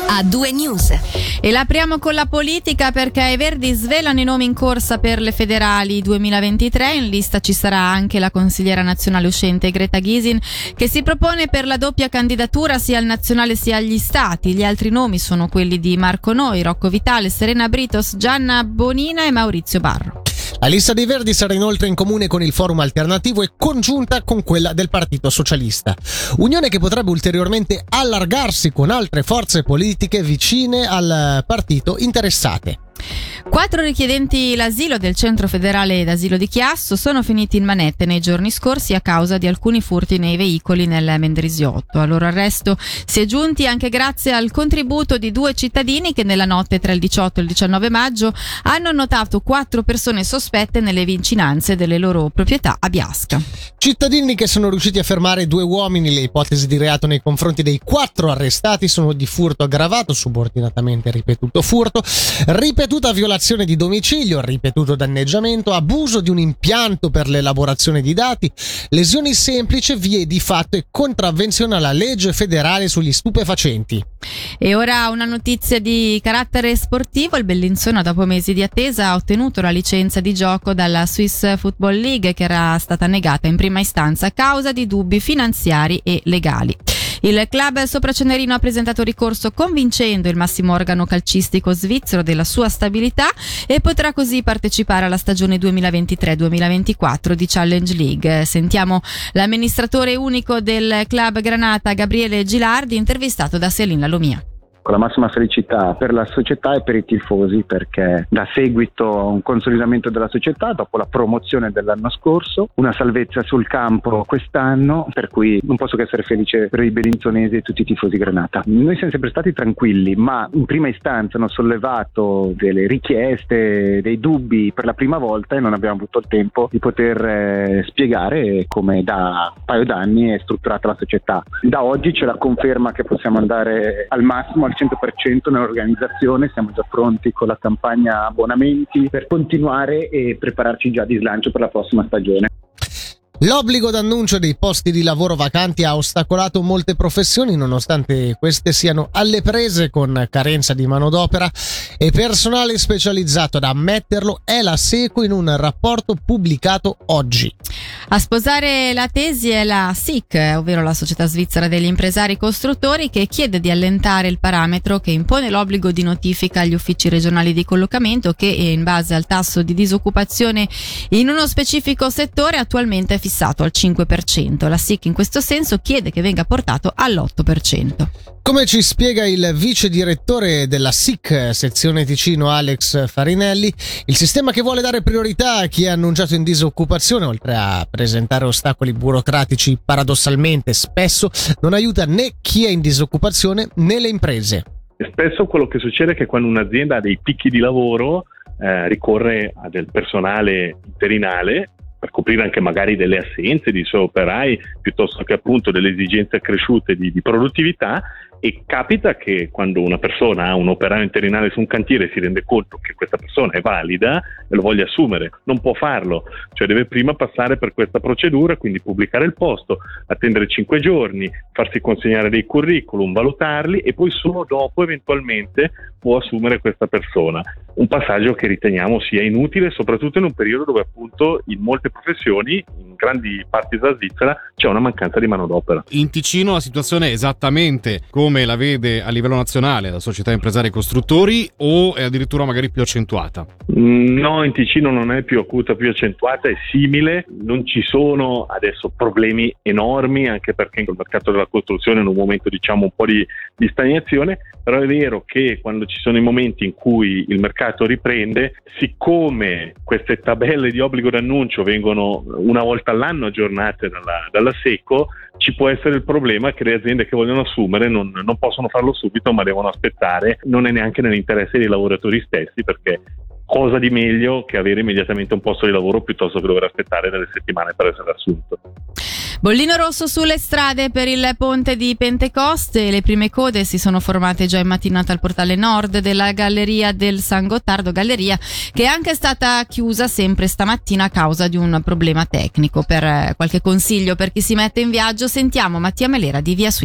A2 News. E l'apriamo con la politica perché i Verdi svelano i nomi in corsa per le federali 2023. In lista ci sarà anche la consigliera nazionale uscente Greta Gysin, che si propone per la doppia candidatura sia al nazionale sia agli stati. Gli altri nomi sono quelli di Marco Noi, Rocco Vitale, Serena Britos, Gianna Bonina e Maurizio Barro. La lista dei Verdi sarà inoltre in comune con il Forum Alternativo e congiunta con quella del Partito Socialista. Unione che potrebbe ulteriormente allargarsi con altre forze politiche vicine al partito interessate. 4 richiedenti l'asilo del Centro Federale d'Asilo di Chiasso sono finiti in manette nei giorni scorsi a causa di alcuni furti nei veicoli nel Mendrisiotto. Al loro arresto si è giunti anche grazie al contributo di 2 cittadini che nella notte tra il 18 e il 19 maggio hanno notato 4 persone sospette nelle vicinanze delle loro proprietà a Biasca. Cittadini che sono riusciti a fermare 2 uomini. Le ipotesi di reato nei confronti dei 4 arrestati sono di furto aggravato, subordinatamente ripetuto furto, ripetuta violazione di domicilio, ripetuto danneggiamento, abuso di un impianto per l'elaborazione di dati, lesioni semplici, vie di fatto e contravvenzione alla legge federale sugli stupefacenti. E ora una notizia di carattere sportivo. Il Bellinzona, dopo mesi di attesa, ha ottenuto la licenza di gioco dalla Swiss Football League, che era stata negata in prima istanza a causa di dubbi finanziari e legali. Il club sopracenerino ha presentato ricorso convincendo il massimo organo calcistico svizzero della sua stabilità e potrà così partecipare alla stagione 2023-2024 di Challenge League. Sentiamo l'amministratore unico del club Granata, Gabriele Gilardi, intervistato da Selina Lomia. Con la massima felicità per la società e per i tifosi, perché da seguito a un consolidamento della società dopo la promozione dell'anno scorso, una salvezza sul campo quest'anno, per cui non posso che essere felice per i bellinzonesi e tutti i tifosi Granata. Noi siamo sempre stati tranquilli, ma in prima istanza hanno sollevato delle richieste, dei dubbi per la prima volta e non abbiamo avuto il tempo di poter spiegare come da un paio d'anni è strutturata la società. Da oggi c'è la conferma che possiamo andare al massimo, al 100% nell'organizzazione. Siamo già pronti con la campagna abbonamenti per continuare e prepararci già di slancio per la prossima stagione. L'obbligo d'annuncio dei posti di lavoro vacanti ha ostacolato molte professioni, nonostante queste siano alle prese con carenza di manodopera e personale specializzato. Ad ammetterlo è la SECO in un rapporto pubblicato oggi. A sposare la tesi è la SIC, ovvero la Società Svizzera degli Impresari Costruttori, che chiede di allentare il parametro che impone l'obbligo di notifica agli uffici regionali di collocamento, che in base al tasso di disoccupazione in uno specifico settore attualmente è fissato al 5%. La SIC in questo senso chiede che venga portato all'8%. Come ci spiega il vice direttore della SIC sezione Ticino, Alex Farinelli, il sistema che vuole dare priorità a chi è annunciato in disoccupazione, oltre a presentare ostacoli burocratici, paradossalmente spesso non aiuta né chi è in disoccupazione né le imprese. Spesso quello che succede è che quando un'azienda ha dei picchi di lavoro ricorre a del personale interinale per coprire anche magari delle assenze di suoi operai, piuttosto che appunto delle esigenze accresciute di produttività, e capita che quando una persona ha un operaio interinale su un cantiere si rende conto che questa persona è valida e lo voglia assumere, non può farlo, cioè deve prima passare per questa procedura, quindi pubblicare il posto, attendere 5 giorni, farsi consegnare dei curriculum, valutarli e poi solo dopo eventualmente può assumere questa persona. Un passaggio che riteniamo sia inutile, soprattutto in un periodo dove appunto in molte professioni, in grandi parti della Svizzera, c'è una mancanza di manodopera. In Ticino la situazione è esattamente come la vede a livello nazionale la Società Impresari Costruttori, o è addirittura magari più accentuata? No, in Ticino non è più acuta, più accentuata, è simile. Non ci sono adesso problemi enormi, anche perché il mercato della costruzione è in un momento diciamo un po' di stagnazione, però è vero che quando ci sono i momenti in cui il mercato riprende, siccome queste tabelle di obbligo d'annuncio vengono una volta all'anno aggiornate dalla SECO, ci può essere il problema che le aziende che vogliono assumere non possono farlo subito, ma devono aspettare. Non è neanche nell'interesse dei lavoratori stessi, perché cosa di meglio che avere immediatamente un posto di lavoro piuttosto che dover aspettare delle settimane per essere assunto. Bollino rosso sulle strade per il ponte di Pentecoste. Le prime code si sono formate già in mattinata al portale nord della Galleria del San Gottardo, galleria che è anche stata chiusa sempre stamattina a causa di un problema tecnico. Per qualche consiglio per chi si mette in viaggio, sentiamo Mattia Melera di Via Swiss.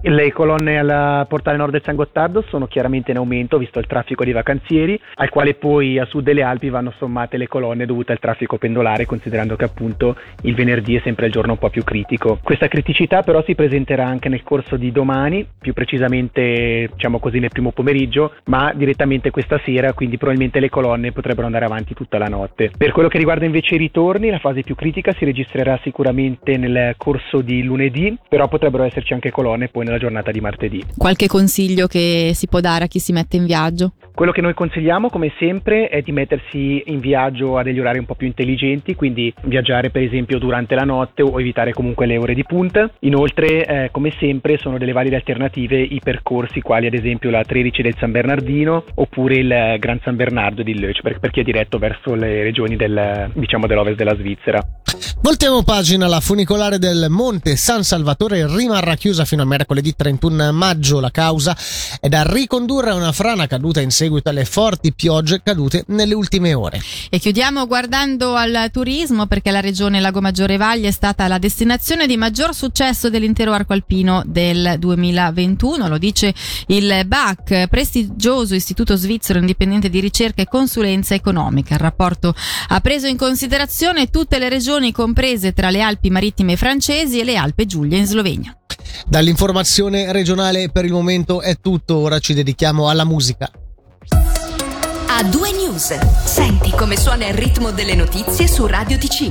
Le colonne al portale nord del San Gottardo sono chiaramente in aumento visto il traffico di vacanzieri, al quale poi a sud delle Alpi vanno sommate le colonne dovute al traffico pendolare, considerando che appunto il venerdì è sempre il giorno un po' più critico. Questa criticità però si presenterà anche nel corso di domani, più precisamente diciamo così nel primo pomeriggio, ma direttamente questa sera, quindi probabilmente le colonne potrebbero andare avanti tutta la notte. Per quello che riguarda invece i ritorni, la fase più critica si registrerà sicuramente nel corso di lunedì, però potrebbero esserci anche colonne poi nella giornata di martedì. Qualche consiglio che si può dare a chi si mette in viaggio? Quello che noi consigliamo come sempre è di mettersi in viaggio a degli orari un po' più intelligenti, quindi viaggiare per esempio durante la notte o evitare comunque le ore di punta. Inoltre come sempre sono delle valide alternative i percorsi quali ad esempio la 13 del San Bernardino oppure il Gran San Bernardo di Leuch per chi è diretto verso le regioni dell'ovest della Svizzera. Voltiamo pagina. La funicolare del Monte San Salvatore rimarrà chiusa fino a mercoledì 31 maggio. La causa è da ricondurre a una frana caduta in seguito alle forti piogge cadute nelle ultime ore. E chiudiamo guardando al turismo, perché la regione Lago Maggiore Valle è stata la destinazione di maggior successo dell'intero arco alpino del 2021, lo dice il BAC, prestigioso istituto svizzero indipendente di ricerca e consulenza economica. Il rapporto ha preso in considerazione tutte le regioni comprese tra le Alpi marittime francesi e le Alpi Giulie in Slovenia. Dall'informazione regionale per il momento è tutto, ora ci dedichiamo alla musica. A2 News. Senti come suona il ritmo delle notizie su Radio Ticino.